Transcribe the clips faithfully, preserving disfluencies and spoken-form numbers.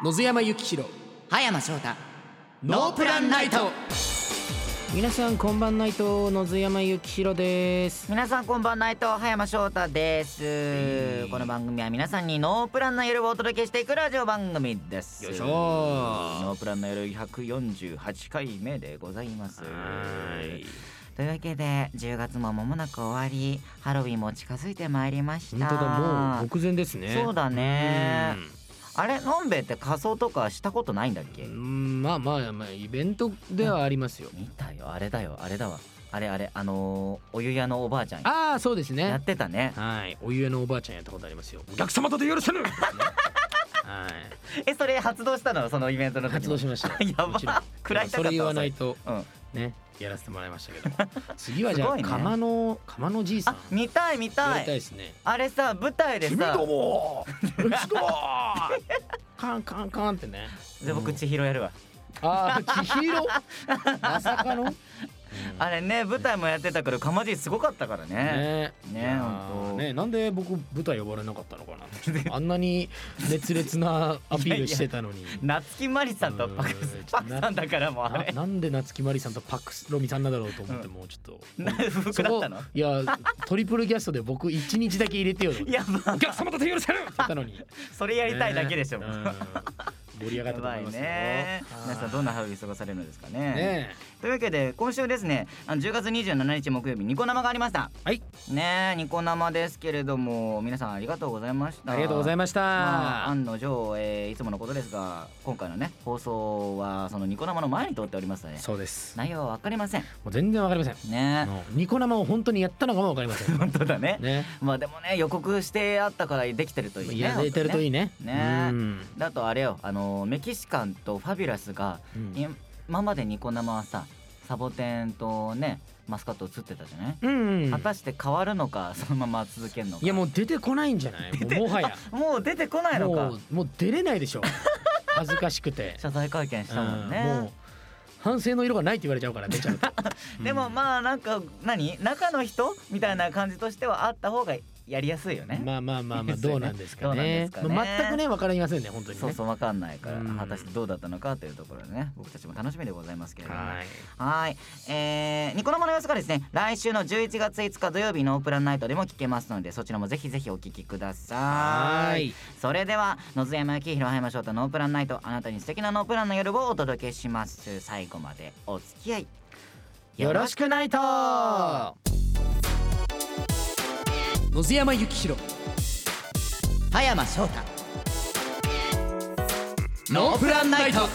野津山幸宏、 葉山翔太、 ノープランナイト。 皆さんこんばんナイト、野津山幸宏です。 皆さんこんばんナイト、葉山翔太です、えー、この番組は皆さんにノープランな夜をお届けしていくラジオ番組です。 よいしょー。 ノープランな夜ひゃくよんじゅうはちかいめでございます。はいというわけでじゅうがつも間もなく終わり、ハロウィンも近づいてまいりました。 本当だ、もう目前ですね。 そうだね。あれ、のんべえって仮装とかしたことないんだっけ？ うん、まあまあまあイベントではありますよ。 見たよ、あれだよ、あれだわ、あれあれ、あのー、お湯屋のおばあちゃん。 ああ、そうですね、 やってたね。 はい、お湯屋のおばあちゃんやったことありますよ。お客様とで許せぬはいえ、それ発動したの？そのイベントの時発動しましたやば、食らいたかったわ。 それ言わないと、 うん、 ね、やらせてもらいましたけど次はじゃあ、 ね、 釜の釜のじいさん。 あ、見たい見たい。 やりたいですね。 あれさ、舞台でさ、 君どもレッツゴーカンカンカンってね。 じゃあ僕千尋やるわ。 ああ、千尋まさかの、うん、 あれね、舞台もやってたからかまじすごかったからね。 ねね、ほんとね、なんで僕舞台呼ばれなかったのかなあんなに熱烈なアピールしてたのに夏木マリさんとパクパクさんだからもうあれな, なんで夏木マリさんとパクロミさんなんだろうと思って、もうちょっと膨らったの？ いや、トリプルキャストで僕一日だけ入れてよやばお客様と手許せるって言ったのにそれやりたいだけでしょ、ね、 盛り上がったと思いますよ。 ね、皆さんどんなハロウィン過ごされるのですかね。 ねというわけで今週ですね、じゅうがつにじゅうしちにち木曜日、ニコ生がありました。 はいね、ニコ生ですけれども、皆さんありがとうございました。 ありがとうございました。 まあ、案の定、えー、いつものことですが、今回のね放送はそのニコ生の前に撮っておりますので、 そうです、 内容は分かりません。 もう全然わかりませんね。 ニコ生を本当にやったのかもわかりません本当だね。 ね、 まあでもね、予告してあったからできてるといいね。 いや、出てるといいね。 ね。 うん、 だとあれよ、あのメキシカンとファビュラスが、うん、今までニコ生はさ、サボテンとねマスカット映ってたじゃない、うんうん、果たして変わるのか、そのまま続けるのか。いや、もう出てこないんじゃない？もうもはやもう出てこないのか。 もう、もう出れないでしょ恥ずかしくて謝罪会見したもんね、 うん、もう反省の色がないって言われちゃうから出ちゃうとでもまあなんか何中の人みたいな感じとしてはあった方がやりやすいよね。 まあまあまあまあ、どうなんですかね。全くね、分かりませんね、本当にね。 そうそう、分かんないから、果たしてどうだったのかというところでね、僕たちも楽しみでございますけれども。はい、はい、えー、ニコ生の様子がですね、来週のじゅういちがついつか土曜日ノープランナイトでも聞けますので、そちらもぜひぜひお聞きください。はい、それでは野津山幸宏、葉山翔太、ノープランナイト、あなたに素敵なノープランの夜をお届けします。最後までお付き合いよろしくナイト。 野津山幸宏、 葉山翔太、 ノープランナイト。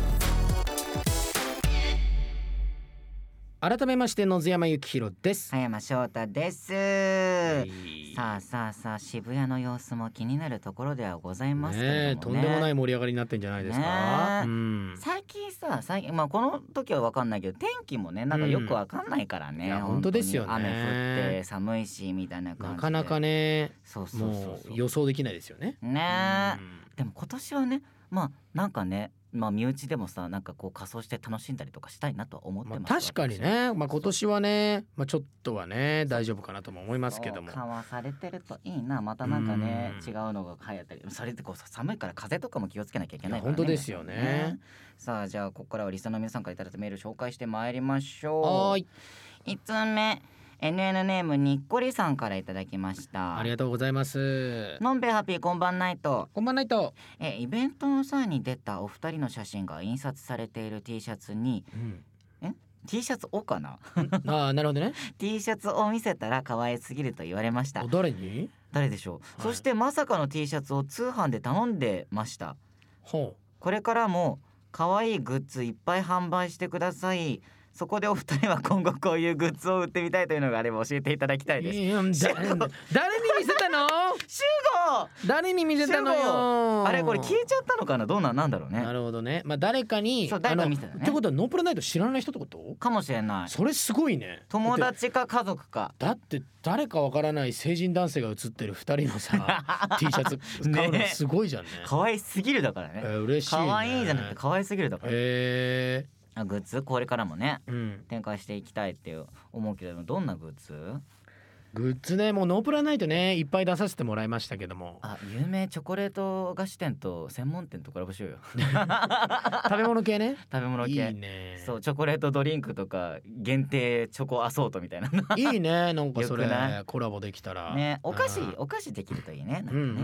改めまして野津山幸宏です。 葉山翔太です、えー、さあさあさあ、渋谷の様子も気になるところではございますけれども ね, ねとんでもない盛り上がりになってんじゃないですか、 ね、うん、最近さ、最近、まあ、この時は分かんないけど天気もね、なんかよく分かんないからね、うん、いや本当ですよね。 雨降って寒いしみたいな感じで、なかなかね、 そうそうそうそう、 もう予想できないですよね。 ね、うん、でも今年はね、まあなんかね、まあ身内でもさ、なんかこう仮装して楽しんだりとかしたいなとは思ってます、 まあ、確かにね、まあ、今年はね、まあ、ちょっとはね大丈夫かなとも思いますけども、 緩和されてるといいな。またなんかね、違うのが流行ったり、それってこう寒いから風邪とかも気をつけなきゃいけないからね。 本当ですよ ね, ね。 さあ、じゃあここからはリスナーの皆さんからいただいたメール紹介してまいりましょう。 はい、 いちつめ、エヌエヌ ネームにっこりさんからいただきました。 ありがとうございます。 のんべえハッピー、こんばんナイト。 こんばんナイト。 えイベントの際に出たお二人の写真が印刷されている T シャツに、うん、え T シャツをかなあ、なるほどね T シャツを見せたら可愛すぎると言われました。 誰に？ 誰でしょう、はい、そしてまさかの T シャツを通販で頼んでました。 ほう、 これからも可愛いグッズいっぱい販売してください。そこでお二人は今後こういうグッズを売ってみたいというのがあれば教えていただきたいです。 いや、だ誰に見せたの？ 集合誰に見せたのよ。 あれ、これ消えちゃったのかな、どうなんなんだろうね。 なるほどね。まあ誰かに、 そう、誰か見せたね。 ってことはノープランナイト知らない人ってことかもしれない。 それすごいね。 友達か家族か。 だって誰かわからない成人男性が写ってるふたりのさT シャツ買うのすごいじゃんね。 可愛すぎるだからね、 えー、嬉しいね。 可愛いじゃなくて可愛すぎるだから。 へえー。 グッズこれからもね、 うん、 展開していきたいって思うけれども、どんなグッズ？ グッズね、もうノープランナイトねいっぱい出させてもらいましたけども、 あ、有名チョコレート菓子店と専門店とコラボしようよ食べ物系ね食べ物系。 いいね。 そう、チョコレートドリンクとか限定チョコアソートみたいな。 いいね、なんかそれよくないコラボできたらね、お菓子うんお菓子できるといいね。なんかね。 うんうんうん。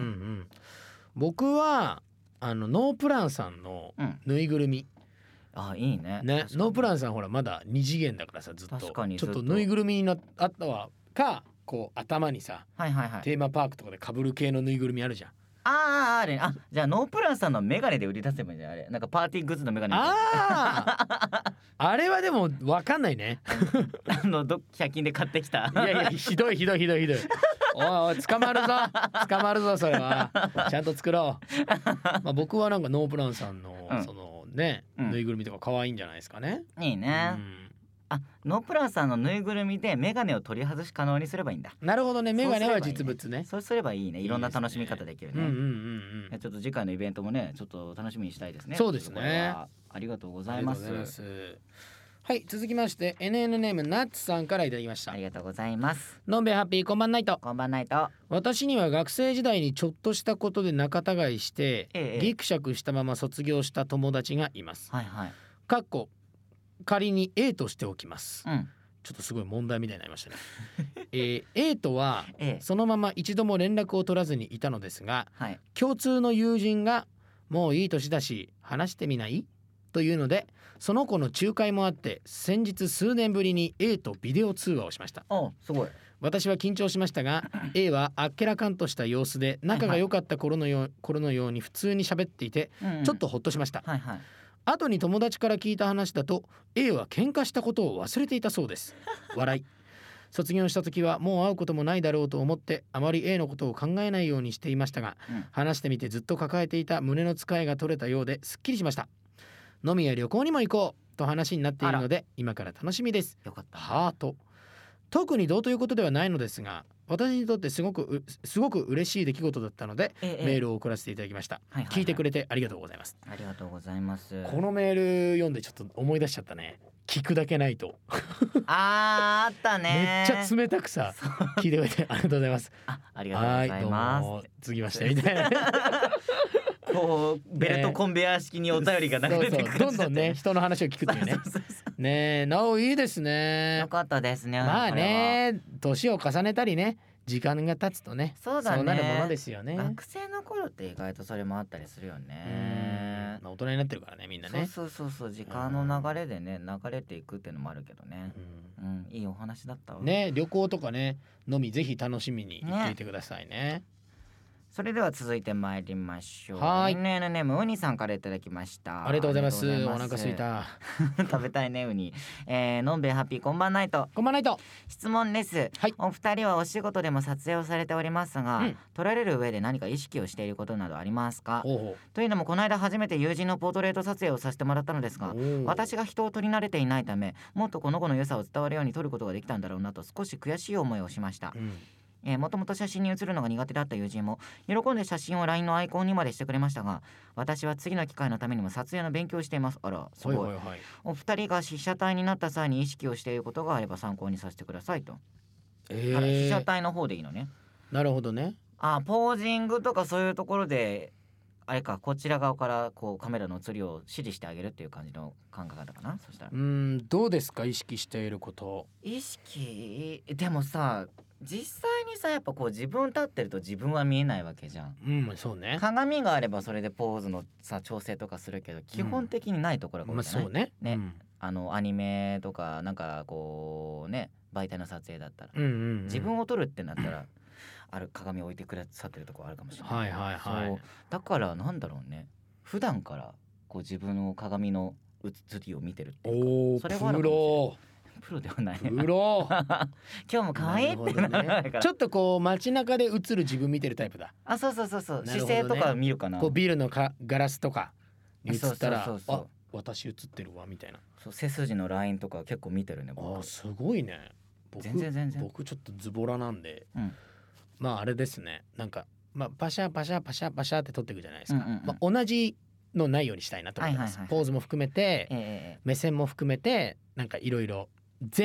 僕はあのノープランさんのうん。 ぬいぐるみあ、いいね。 ね、 確かにノープランさんほらまだに次元だからさ、ずっと確かにちょっとずっとぬいぐるみになあったわか、こう頭にさはいはいはい。 テーマパークとかで被る系のぬいぐるみあるじゃん。 ああ、あれ、あ、じゃあノープランさんのメガネで売り出せばいいんじゃん。あれなんかパーティーグッズのメガネみたいな。 あああれはでも分かんないねあのどひゃく均で買ってきた。 いやいや、ひどいひどいひどいひどいおいおい、捕まるぞ捕まるぞ、それはちゃんと作ろうまあ僕はなんかノープランさんの、 うんそのね、 うんぬいぐるみとか可愛いんじゃないですかね。 いいね。 うんあ、ノープランさんのぬいぐるみでメガネを取り外し可能にすればいいんだ。 なるほどね、メガネはそうすればいいね実物ね。 そうすればいいね。いろんな楽しみ方できるね。 うんうんうんうん。 ちょっと次回のイベントもね、ちょっと楽しみにしたいですね。 そうですねこれはありがとうございます。 ありがとうございます。はい、続きまして エヌエヌ ネームナッツさんからいただきましたあ。りがとうございます。 のんべえハッピーこんばんナイト。 こんばんないと。 私には学生時代にちょっとしたことで仲違いして、 ええギクシャクしたまま卒業した友達がいます。 はいはい。 かっこ仮に A としておきます。 うん。 ちょっとすごい問題みたいになりましたね、えー、A とはええ。 そのまま一度も連絡を取らずにいたのですが、 はい。 共通の友人がもういい年だし話してみないというので、その子の仲介もあって先日数年ぶりに A とビデオ通話をしました。 お、すごい。 私は緊張しましたがA はあっけらかんとした様子で仲が良かった頃のよう、頃のように普通に喋っていてうんうん、 ちょっとほっとしました。 はいはい。 後に友達から聞いた話だと A は喧嘩したことを忘れていたそうです笑い。卒業した時はもう会うこともないだろうと思ってあまり A のことを考えないようにしていましたが、 うん話してみてずっと抱えていた胸の使いが取れたようですっきりしました。飲みや旅行にも行こうと話になっているので今から楽しみです。 よかった。 ハート。特にどうということではないのですが、私にとってすごくうすごく嬉しい出来事だったので、 ええメールを送らせていただきました、 はいはいはい聞いてくれてありがとうございます。 ありがとうございます。 このメール読んでちょっと思い出しちゃったね。聞くだけないと、 あーあっためね。 っちゃ冷たくさ聞いてくれてありがとうございます。 あ、ありがとうござはいどういます。 も続きましてみたいなこうベルトコンベヤー式にお便りが流れてくる。 そうそうどんどんね人の話を聞くっていうねそうそうそうねえ、なおいいですねよ。かったですね。 まあこれは。 ね、年を重ねたりね時間が経つとねそうだね。 なるものですよね。 学生の頃って意外とそれもあったりするようんね。 まあ大人になってるからねみんなね。 そうそうそうそう、時間の流れでね流れていくっていうのもあるけどね。うん、いいお話だったわ。 うんね、旅行とかねのみぜひ楽しみに行っていてくださいね。 それでは続いて参りましょう。 はいエヌエヌ ネームウニさんからいただきました。 ありがとうございます。おありがとうご腹ざいますいた。 食べたいねウニ。えー、のんべえハッピーこんばんないと。 こんばんないと。 質問です、 はいお二人はお仕事でも撮影をされておりますが、 うん撮られる上で何か意識をしていることなどありますか？ ほうほというのもこの間初めて友人のポートレート撮影をさせてもらったのですが、 うおー私が人を撮り慣れていないためもっとこの子の良さを伝わるように撮ることができたんだろうなと少し悔しい思いをしました。 うんえー、もともと写真に写るのが苦手だった友人も喜んで写真を ライン のアイコンにまでしてくれましたが、私は次の機会のためにも撮影の勉強をしています。あらすごい、 はいはいはい。 お二人が被写体になった際に意識をしていることがあれば参考にさせてくださいと。 えあら被写ー、 体の方でいいのね。 なるほどね。 あ、ポージングとかそういうところであれか、こちら側からこうカメラの写りを指示してあげるっていう感じの考え方かな。そしたらうーんどうですか意識していること。 意識でもさ、実際にさやっぱこう自分立ってると自分は見えないわけじゃん。 うんそうね。 鏡があればそれでポーズのさ調整とかするけど基本的にないところが多まあいじゃない、 そうね。 ねうんあのアニメとかなんかこうね媒体の撮影だったら、 うんうんうん自分を撮るってなったらある鏡置いてくださってるところあるかもしれない。 はいはいはいそうだからなんだろうね、普段からこう自分の鏡の写りを見てるっていうか、 おおそれはあるプかもしれないロプロではないね。 プロ今日も可愛いってななるほどねるから。 ちょっとこう街中で映る自分見てるタイプだ。 あ、そうそうそうそう、 なるほどね姿勢とか見るかな。 こうビルのかガラスとかに映ったらそうそうそうそうあ私映ってるわみたいな。 そう背筋のラインとか結構見てるねあ僕。 ーすごいね。僕全然全然僕ちょっとズボラなんで、 うんまああれですね、なんかまあパシャパシャパシャパシャって撮っていくじゃないですか、 うんうんうんまあ、同じのないようにしたいなと思ってます、 はいはいはいポーズも含めてええ目線も含めてなんかいろいろ全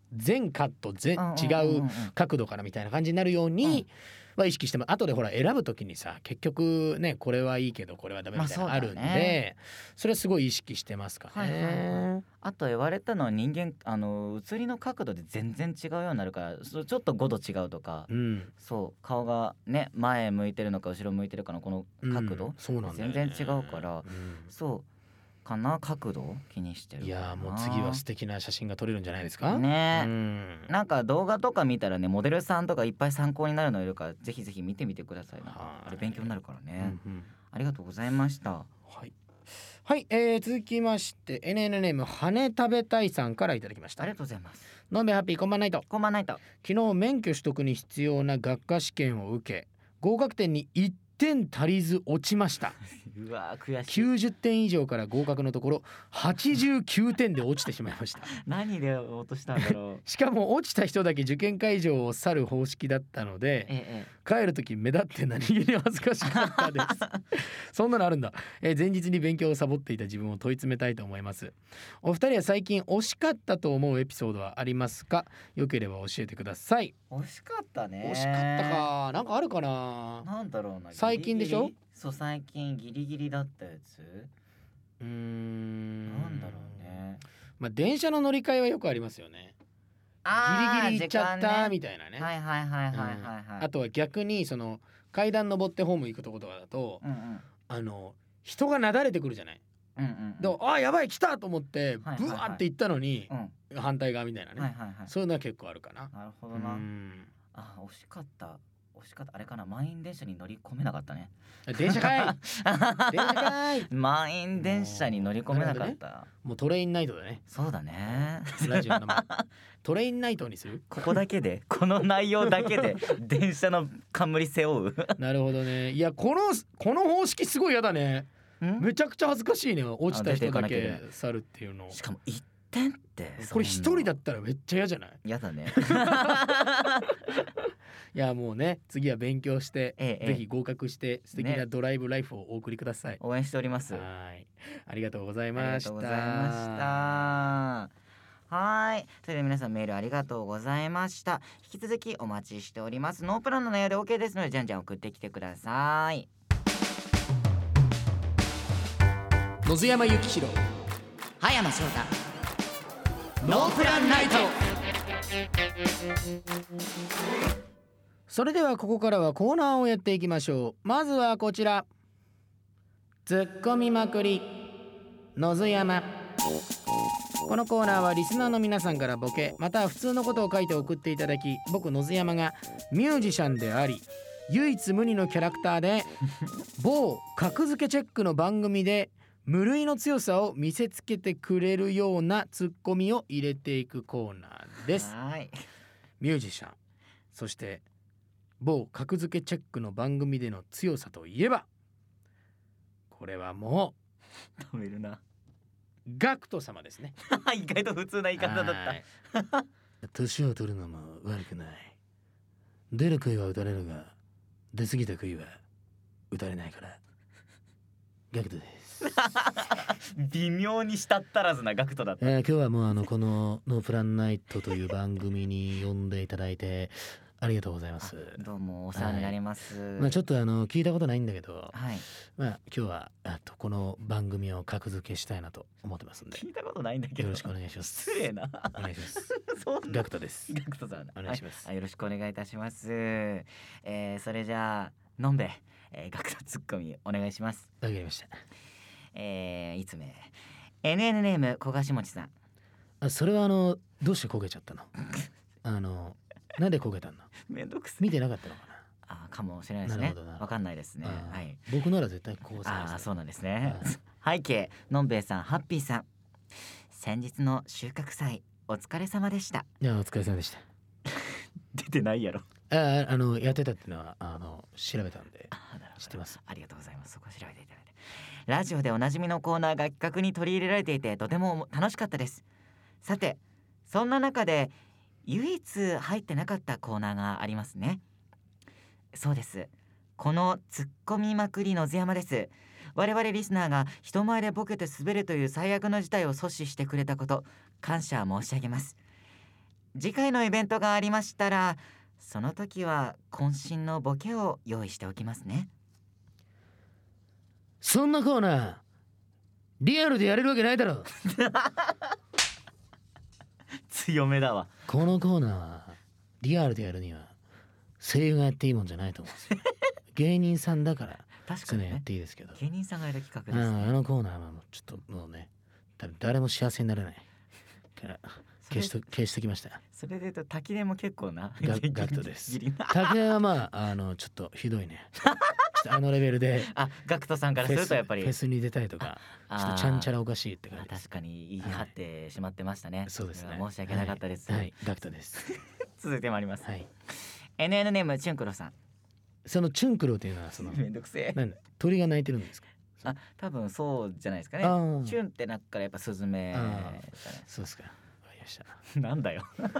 全カット全うんうんうんうん違う角度からみたいな感じになるようには意識しても、後でほら選ぶときにさ結局ねこれはいいけどこれはダメみたいなのあるんで、 まあそうだねそれはすごい意識してますかね、 はいはいはいあと言われたのは人間あの写りの角度で全然違うようになるからそうちょっとごど違うとか、 うんそう顔がね前向いてるのか後ろ向いてるかのこの角度、 うんそうなんだよね全然違うからうんそうかな角度を気にしてるいかな。 やーもう次は素敵な写真が撮れるんじゃないですかねえ、 うんなんか動画とか見たらねモデルさんとかいっぱい参考になるのいるからぜひぜひ見てみてください。なんかはいあれ勉強になるからうね、 んうんありがとうございました。 はいはい、えー、続きまして エヌエヌ ネーム羽食べたいさんからいただきましたありがとうございます。 のんべハッピーこんばんないとこんばんないと。 昨日免許取得に必要な学科試験を受け合格点にいってん足りず落ちましたうわー悔しい。 きゅうじゅってん以上から合格のところはちじゅうきゅうてんで落ちてしまいました何で落としたんだろう。 しかも落ちた人だけ受験会場を去る方式だったのでええ帰る時目立って何気に恥ずかしかったですそんなのあるんだ、えー前日に勉強をサボっていた自分を問い詰めたいと思います。お二人は最近惜しかったと思うエピソードはありますか？よければ教えてください。 惜しかったね。 惜しかったかなんかあるかな。 なんだろうな。 最近でしょ？ ギリギリそう最近ギリギリだったやつ。 うーんなんだろうね。 まあ電車の乗り換えはよくありますよね。 あーギリギリ行っちゃっ時間ねたみたいなね。 はいはいはいはいはいはい。 あとは逆にその階段登ってホーム行くとことかだと、 うんうんあの人がなだれてくるじゃない。 うんうんうん。 であやばい来たと思ってはいはいはいブワーって行ったのにうん反対側みたいなね、 はいはいはい。 そういうのは結構あるかな。 なるほうどな。 んあ惜しかった惜しかったあれかな満員電車に乗り込めなかったね。 電車かい電車かい満員電車に乗り込めなかった。 もうトレインナイトだねそうだね。 ラジオの名前トレインナイトにする。 ここだけでこの内容だけで電車の冠背負う。 なるほどね。いやこのこの方式すごい嫌だね。 んめちゃくちゃ恥ずかしいね。落ちた人だあ出ていけかなきゃいけない去るっていうの。 しかもいってんってこれ一人だっったらめっちゃ嫌じゃない？ やだね。 いやもうね次は勉強して、 ええぜひ合格して素敵なねドライブライフをお送りください。 応援しております。あはいありがとうございりました。 がとうございました。はい。それでは皆さんメールありがとうございました。引き続きお待ちしております。ノープランの内容で OK ですのでじゃんじゃん送ってきてください。 野津山幸弘葉山翔太ノープランナイト。 それではここからはコーナーをやっていきましょう。まずはこちらツッコミまくり野津山。このコーナーはリスナーの皆さんからボケまたは普通のことを書いて送っていただき僕野津山がミュージシャンであり唯一無二のキャラクターで某格付けチェックの番組で無類の強さを見せつけてくれるようなツッコミを入れていくコーナーです。 はい。 ミュージシャンそして某格付けチェックの番組での強さといえばこれはも止めるな。 うガクト様ですね。 意外と普通な言い方だった。 年を取るのも悪くない。出る杭は打たれるが出過ぎた杭は打たれないからガクトです。 微妙にしたったらずなガクトだった。 えー、今日はもうあのこのノープランナイトという番組に呼んでいただいてありがとうございます。 どうもお世話になります。 まあちょっとあの聞いたことないんだけど、 はい。 まあ今日はあとこの番組を格付けしたいなと思ってますんで聞いたことないんだけど。 よろしくお願いします。 失礼な。 お願いします。 そんなガクトです。 ガクトさん。 お願いしますはよろしくお願いいたします。えー、それじゃあのんべ、えー、ガクトツッコミお願いします。 わかりました。 えー、いつめ エヌエヌ ネーム小菓子餅さん。 あそれはあのどうして焦げちゃったの？あのなんで焦げたの？ めんどくせえ。 見てなかったのかな？ あかもしれないですねなるほどな。 わかんないですね。 あーはい。 僕なら絶対こうさああそうなんですねは。 背景のんべえさんハッピーさん。先日の収穫祭お疲れ様でした。 いやお疲れ様でした。 出てないやろ。 ああのやってたっていうのはあの調べたんであなるほど知ってます。 ありがとうございます。そこ調べていただいて。ラジオでおなじみのコーナーが企画に取り入れられていてとても楽しかったです。さてそんな中で唯一入ってなかったコーナーがありますね。そうです。このツッコミまくりの津山です。我々リスナーが人前でボケて滑るという最悪の事態を阻止してくれたこと感謝申し上げます。 次回のイベントがありましたらその時は渾身のボケを用意しておきますね。 そんなコーナーリアルでやれるわけないだろ。 強めだわ。 このコーナーはリアルでやるには声優がやっていいもんじゃないと思うんですよ。芸人さんだから確かに、ね、 そういうのやっていいですけど、 芸人さんがやる企画あです、ね、 あのコーナーはもうちょっともうね多分誰も幸せになれないから消しと消しときました。 それで言うと滝根も結構なガガクトです。 ギリギリな滝根はまああのちょっとひどいね。ちょっとあのレベルであガクトさんからするとやっぱりフェス、フェスに出たいとかちょっとちゃんちゃらおかしいって感じです。 確かに言い張ってしまってましたね、 はい、そうですね。 申し訳なかったです。 はい、はい、ガクトです。 続いてまいります。 はい。 エヌエヌ ネームチュンクロさん。 そのチュンクロっていうのはそのめんどくせえ。 なんだ鳥が鳴いてるんですか。 あ、多分そうじゃないですかね。チュンってなっからやっぱスズメ、ね、 そうですか。わかりました。 なんだよ。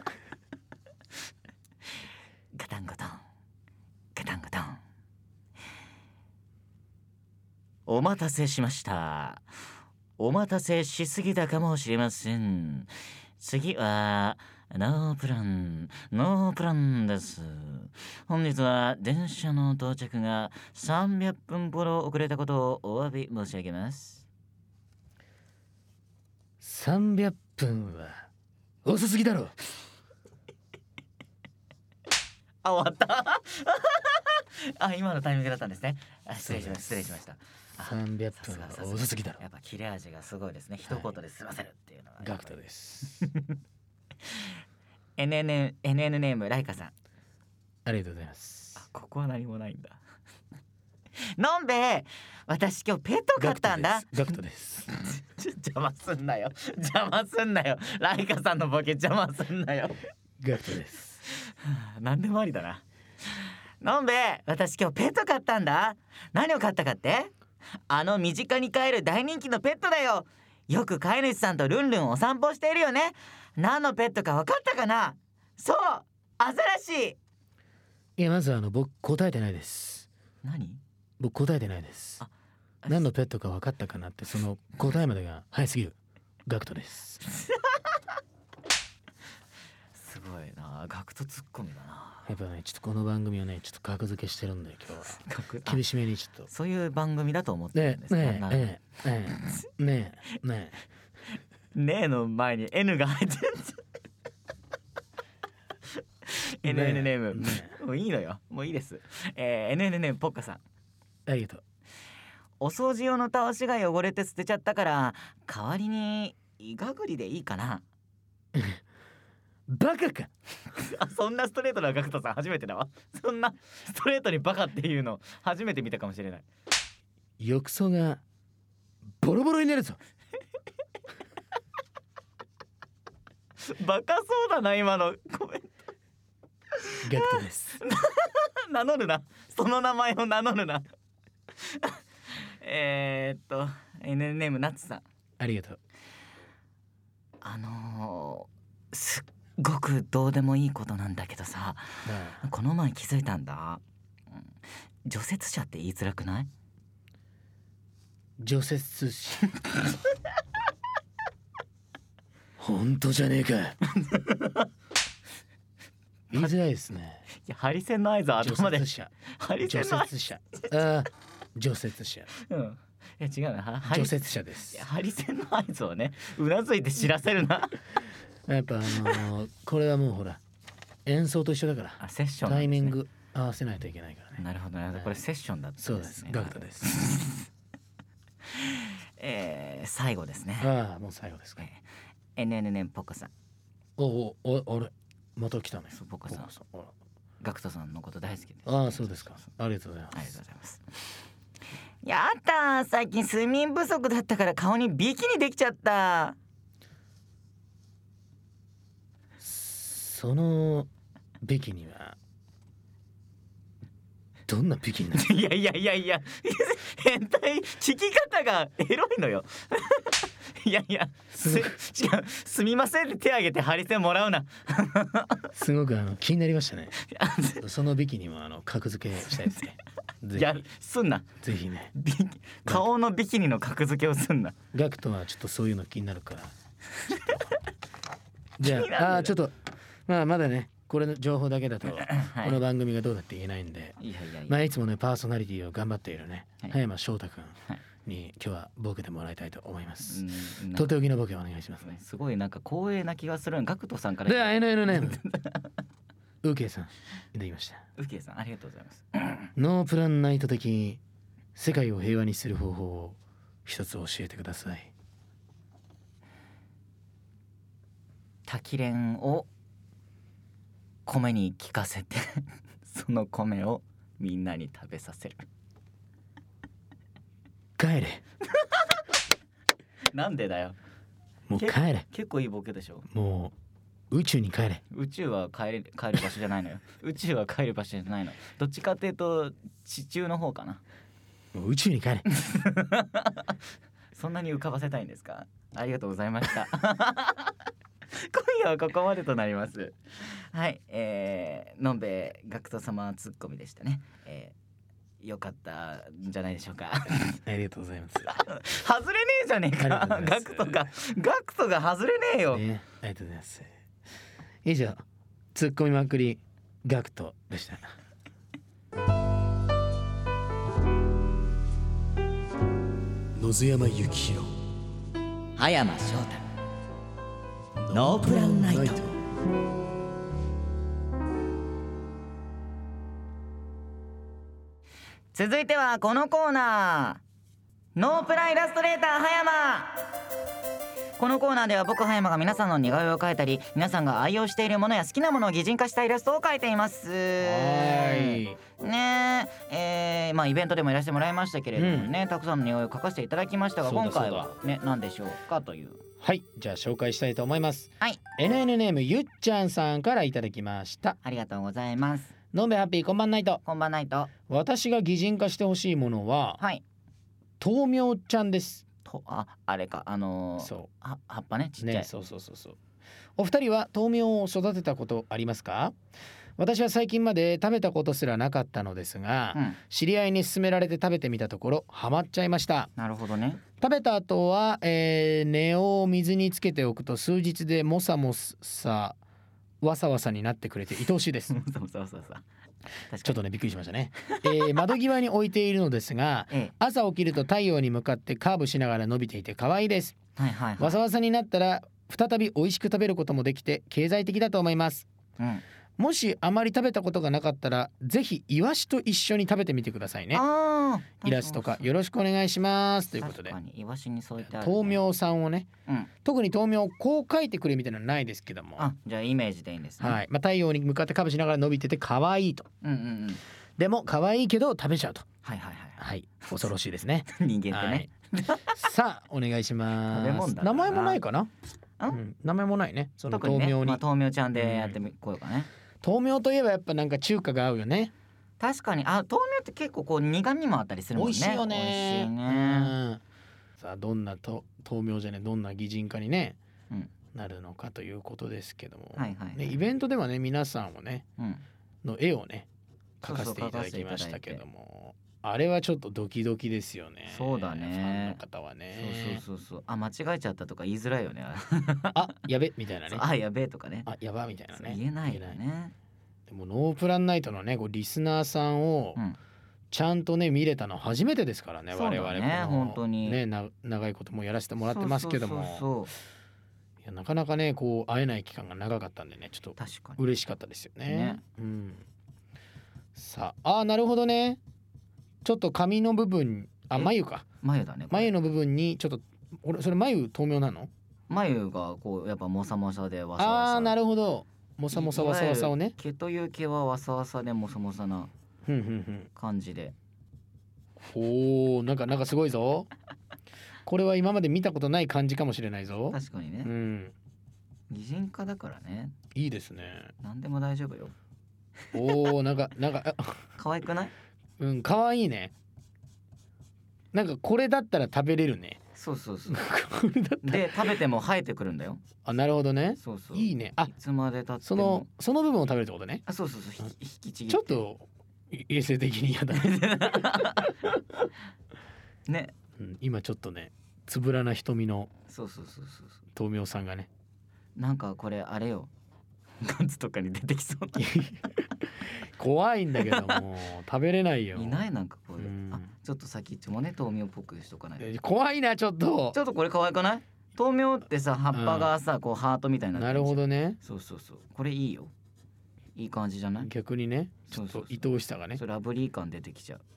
ガタンゴトンガタンゴトン。お待たせしました。お待たせしすぎたかもしれません。次はノープランノープランです。本日は電車の到着がさんびゃっぷんほど遅れたことをお詫び申し上げます。 さんびゃっぷんは遅すぎだろ。 あ、終わったあ、今のタイミングだったんですね。あ、失礼しました失礼しました。 さんびゃっぷんは遅すぎだろ。 やっぱ切れ味がすごいですね。一言で済ませるっていうのは、はい、 ガクトです。 エヌエヌ エヌエヌ ネームライカさん。 ありがとうございます。 あ、ここは何もないんだ。のんべえ、私今日ペット飼ったんだ。 ガクトです。 邪魔すんなよ邪魔すんなよ。ライカさんのボケ邪魔すんなよ。 ガクトです。 何でもありだな。のんべえ、私今日ペット飼ったんだ。何を飼ったかって？あの身近に飼える大人気のペットだよ。よく飼い主さんとルンルンお散歩しているよね。何のペットか分かったかな？そう、アザラシ。 いや、まずあの僕答えてないです。 何？僕答えてないです。何のペットか分かったかなって、その答えまでが早すぎる。ガクトです。 すごいな、ガクトツッコミだな。 やっぱね、ちょっとこの番組はね、ちょっと格付けしてるんで今日は厳しめにちょっと。 そういう番組だと思ってるんですか？ ねえねえねえねえねえねえの前に N が入ってる。エヌエヌ ネーム、ね、もういいのよ、もういいです。えー、エヌエヌ ネームポッカさん。 ありがとう。 お掃除用のたわしが汚れて捨てちゃったから代わりにイガグリでいいかな。 バカか。 あ、そんなストレートなガクトさん初めてだわ。そんなストレートにバカっていうの初めて見たかもしれない。 浴槽がボロボロになるぞ。 バカそうだな今のコメント。 ガクトです。 名乗るな、その名前を名乗るな。えーっと エヌエヌ ネームナッツさん。 ありがとう。 あのー、すっごくどうでもいいことなんだけどさ、この前気づいたんだ。除雪車って言いづらくない？ 除雪車。本当じゃねえか。言いづらいですね。 いや、ハリセンの合図は頭で。 除雪車。 ハリセンの合図。 除雪車。あ、除雪車。 うん。いや違うな。 除雪車です。 ハリセンの合図をね、うなずいて知らせるな。 やっぱあのー、これはもうほら演奏と一緒だから。 あ、セッション、 ね、タイミング合わせないといけないからね。 なるほどなるほど。これセッションだったんですね。 そうです。ガクトです。 えー、最後ですね。 ああ、もう最後ですか。 えー、エヌエヌ ネームポコさん。 おおお、あれまた来たね。 ポコさん。ガクトさんのこと大好きです。 ああ、そうですか。ありがとうございます。 ありがとうございます。やったー、最近睡眠不足だったから顔にビキニできちゃった。 そのビキニはどんなビキニなの？ いやいやいやいや、変態、聞き方がエロいのよ。いやいや、す違う、すみませんって手挙げてハリセンもらうな。 すごくあの気になりましたね。そのビキニもあの格付けしたいですね。 いや、すんな。 ぜひね。 顔のビキニの格付けをすんな。 ガクトはちょっとそういうの気になるから。じゃあ、あ、ちょっとまあまだねこれの情報だけだと、 はい、 この番組がどうだって言えないんで、 いやいやいや、 まあいつもねパーソナリティを頑張っているね、 はい、 葉山翔太くんはいに今日はボケてもらいたいと思います。 うん、 とっておきのボケをお願いしますね。 すごいなんか光栄な気がする。ガクトさんからでは エヌエヌ ネームウーケイさんいただきました。 ウッケイさんありがとうございます。 ノープランナイト的世界を平和にする方法を一つ教えてください。 滝蓮を米に効かせてその米をみんなに食べさせる。 帰れなんでだよ。 もう帰れ。 結構いいボケでしょ。 もう宇宙に帰れ。 宇宙は帰る帰る場所じゃないのよ。宇宙は帰る場所じゃないの。どっちかっていうと地中の方かな。 もう宇宙に帰れそんなに浮かばせたいんですか。ありがとうございました今夜はここまでとなります。はい、えー、のんべえガクト様ツッコミでしたね。えーよかったんじゃないでしょうかありがとうございます外れねえじゃねえか。ガクトがガクトが外れねえよ、 ね、ありがとうございます。以上ツッコミまくりガクトでした。野津山幸宏、 葉山翔太、ノープランナイト。 続いてはこのコーナー、ノープランイラストレーター葉山。このコーナーでは僕葉山が皆さんの似顔絵を描いたり、皆さんが愛用しているものや好きなものを擬人化したイラストを描いています。 はいねえ、えー、まあイベントでもいらしてもらいましたけれどもね、うん、たくさんの似顔絵を描かせていただきましたが、今回はね何でしょうかという。 はい、じゃあ紹介したいと思います。 はい、 エヌエヌ ネームゆっちゃんさんからいただきました。 ありがとうございます。 のんべハッピーこんばんナイト。 こんばんナイト。 私が擬人化してほしいものは、 はい、 豆苗ちゃんです。 とああれかあのー、 そうは葉っぱね、ちっちゃい、 ね、そうそうそうそう。お二人は豆苗を育てたことありますか？私は最近まで食べたことすらなかったのですが、うん、知り合いに勧められて食べてみたところハマっちゃいました。 なるほどね。 食べた後は、えー、根を水につけておくと数日でもさもさわさわさになってくれて愛おしいですそうそうそうそう、 ちょっとねびっくりしましたね、えー、窓際に置いているのですが、ええ、朝起きると太陽に向かってカーブしながら伸びていて可愛いです、はいはいはい、わさわさになったら再び美味しく食べることもできて経済的だと思います、うん、もしあまり食べたことがなかったらぜひイワシと一緒に食べてみてくださいね。あイラスト化よろしくお願いしますということで、 確かにイワシに添えてある、ね、 豆苗さんをね、うん、特に豆苗をこう描いてくれみたいなのないですけども、 あじゃあイメージでいいんですね、 はいまあ、太陽に向かってカーブしながら伸びてて可愛いと、うんうんうん、でも可愛いけど食べちゃうと、はいはいはい、はい、恐ろしいですね人間ってね、 はい、さあお願いします。 食べ物だ名前もないかな、うん、名前もないねその豆苗に、ねまあ、豆苗ちゃんでやってみこうかね、 うん、豆苗といえばやっぱなんか中華が合うよね。 確かにあ豆苗って結構こう苦味もあったりするもんね。 美味しいよね。 美味しいね、うん、 さあどんなと豆苗じゃねどんな擬人化にね、うん、なるのかということですけども、はいはいはい、ね、イベントではね皆さんをね、うん、の絵をね描かせていただきましたけども、あれはちょっとドキドキですよね。 そうだね。 ファンの方はね。 そうそうそうそう。あ間違えちゃったとか言いづらいよね。 あやべみたいなね。 あやべとかね。 あやばみたいなね。 言えないよね。 でもノープランナイトのねこうリスナーさんをちゃんとね見れたの初めてですからね、我々 ね本当にねな長いこともやらせてもらってますけども、そうそうそうそう、いやなかなかねこう会えない期間が長かったんでねちょっと嬉しかったですよね。ね、うん、さああなるほどね。ちょっと髪の部分あ眉か眉だね。 眉の部分にちょっと俺それ眉豆苗なの？ 眉がこうやっぱモサモサでわさわさ。 ああなるほど。モサモサわさわさをね。 毛という毛はわさわさでモサモサな感じで。 おおなんかなんかすごいぞ。これは今まで見たことない感じかもしれないぞ。 確かにね。うん。擬人化だからね。 いいですね。 何でも大丈夫よ。 おおなんかなんか可愛くない？ うん可愛いね。なんかこれだったら食べれるね。 そうそうそう。これだったで食べても生えてくるんだよ。 あなるほどね。 そうそう。 いいね。あいつまで経ってもそのその部分を食べるってことね。 あそうそうそう。引きちぎって。 ちょっと衛生的に嫌だね。 ね、 うん。今ちょっとねつぶらな瞳のそうそうそうそう豆苗さんがね。 なんかこれあれよ。 ガツとかに出てきそうな怖いんだけども食べれないよ。 いないなんかこういう、 うん、 あちょっと先っちょもね豆苗っぽくしとかない。 怖いなちょっと。 ちょっとこれ可愛くない？豆苗ってさ葉っぱがさ、うん、こうハートみたいになってる。 なるほどね。 そうそうそう、これいいよ。いい感じじゃない？ 逆にねちょっと愛おしさがね。 それラブリー感出てきちゃう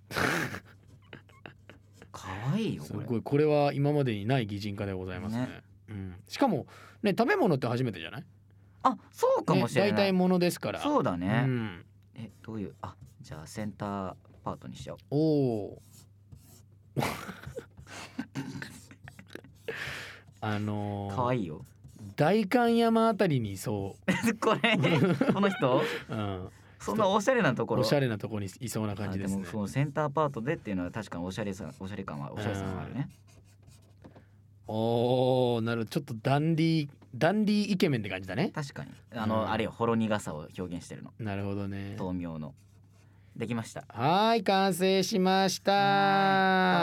可愛いよこれ。 すごい、これは今までにない擬人化でございます ね, ね、うん、しかもね食べ物って初めてじゃない？ あ、そうかもしれない、 ね、代替物ですから。 そうだね、 うん、 えどういう、あじゃあセンターパートにしちゃおう。 おおあのー、 可愛いよ。 代官山あたりにいそうこれこの人、 うん、 そんなおしゃれなところ、 おしゃれなところにいそうな感じですね。 でもそのセンターパートでっていうのは確かにおしゃれさ、おしゃれ感はおしゃれさがあるね。 おお、なるほど、ちょっとダンディダンディイケメンって感じだね。 確かにあの、うん、あれよ、ほろ苦さを表現してるの。 なるほどね。 豆苗のできました。 はい、完成しました。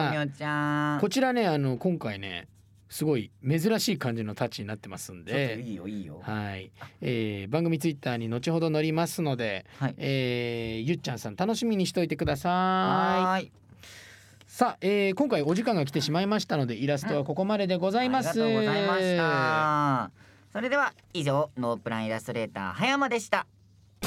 豆苗ちゃん、 こちらね、あの今回ねすごい珍しい感じのタッチになってますんで、 ちょっといいよいいよ。 はい、えー、番組ツイッターに後ほど載りますので、はい、えー、ゆっちゃんさん楽しみにしといてください。はい。さあ、えー、今回お時間が来てしまいましたのでイラストはここまででございます、 うん、ありがとうございました。それでは以上ノープランイラストレーター葉山でした。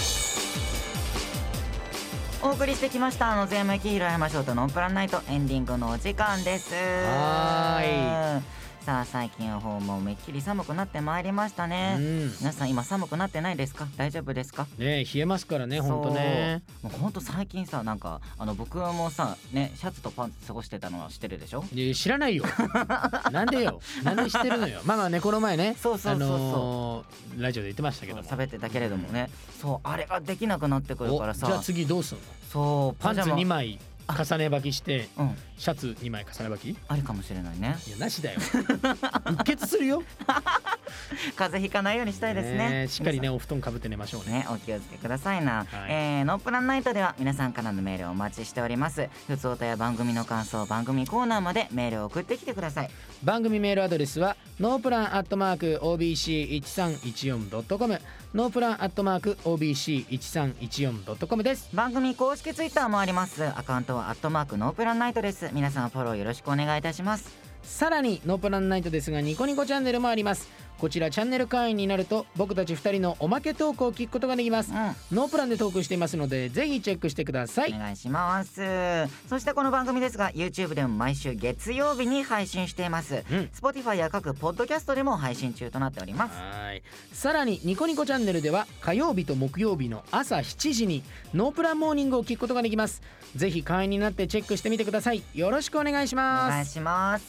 お送りしてきました野津山幸宏山翔太ノープランナイト、エンディングのお時間です。 はーい。 さあ最近の方もめっきり寒くなってまいりましたね、うん、皆さん今寒くなってないですか？大丈夫ですかね？冷えますからね、ほんとね。 もうほんと最近さ、なんかあの僕もさねシャツとパンツ過ごしてたのは知ってるでしょ？ いや知らないよなんでよ、なんで知ってるのよまあまあね、この前ね、 そうそうそうそう、あのー、ラジオで言ってましたけども、 喋ってたけれどもね、そうあれができなくなってくるからさ。 じゃあ次どうすんの？ そうパンツにまい重ね履きして、うん、シャツにまい重ね履きありかもしれないね。いやなしだようっ血するよ風邪ひかないようにしたいですね。 ね、しっかりねお布団かぶって寝ましょうね。 ね、お気をつけくださいな、はい、えー、ノープランナイトでは皆さんからのメールをお待ちしております。ふつおたや番組の感想、番組コーナーまでメールを送ってきてください。 番組メールアドレスはノープランアットマーク オービーシーいちさんいちよんドットコム、 ノープランアットマーク オービーシーいちさんいちよんドットコム です。 番組公式ツイッターもあります。アカウントはアットマークノープランナイトです。皆さんフォローよろしくお願いいたします。 さらにノープランナイトですがニコニコチャンネルもあります。こちらチャンネル会員になると僕たちふたりのおまけトークを聞くことができます、うん、ノープランでトークしていますのでぜひチェックしてください。 お願いします。そしてこの番組ですが YouTube でも毎週月曜日に配信しています、うん、Spotify や各ポッドキャストでも配信中となっております。 はい、さらにニコニコチャンネルでは火曜日と木曜日の朝しちじにノープランモーニングを聞くことができます。ぜひ会員になってチェックしてみてください。よろしくお願いします。 お願いします。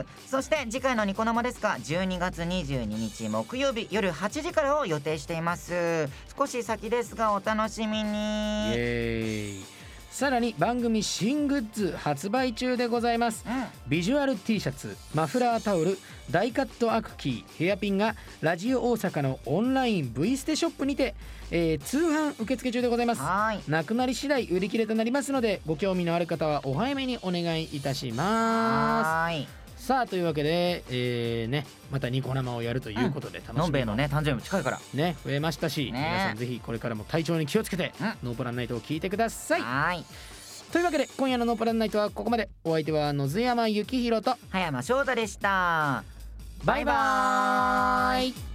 そして次回のニコ生ですがじゅうにがつにじゅうににち木曜日夜はちじからを予定しています。少し先ですがお楽しみに。イエーイ。さらに番組新グッズ発売中でございます、うん、ビジュアル T シャツ、マフラータオル、ダイカットアクキー、ヘアピンがラジオ大阪のオンライン V ステショップにて、えー、通販受付中でございます。はい、なくなり次第売り切れとなりますのでご興味のある方はお早めにお願いいたします。はい、さあというわけで、えーね、またニコ生をやるということで楽しみ、うん、 のんべえのね誕生日も近いからね増えましたし、ね、皆さんぜひこれからも体調に気をつけて、うん、ノープランナイトを聞いてください。はいというわけで今夜のノープランナイトはここまで。お相手は野津山幸宏と葉山翔太でした。 バイバーイ。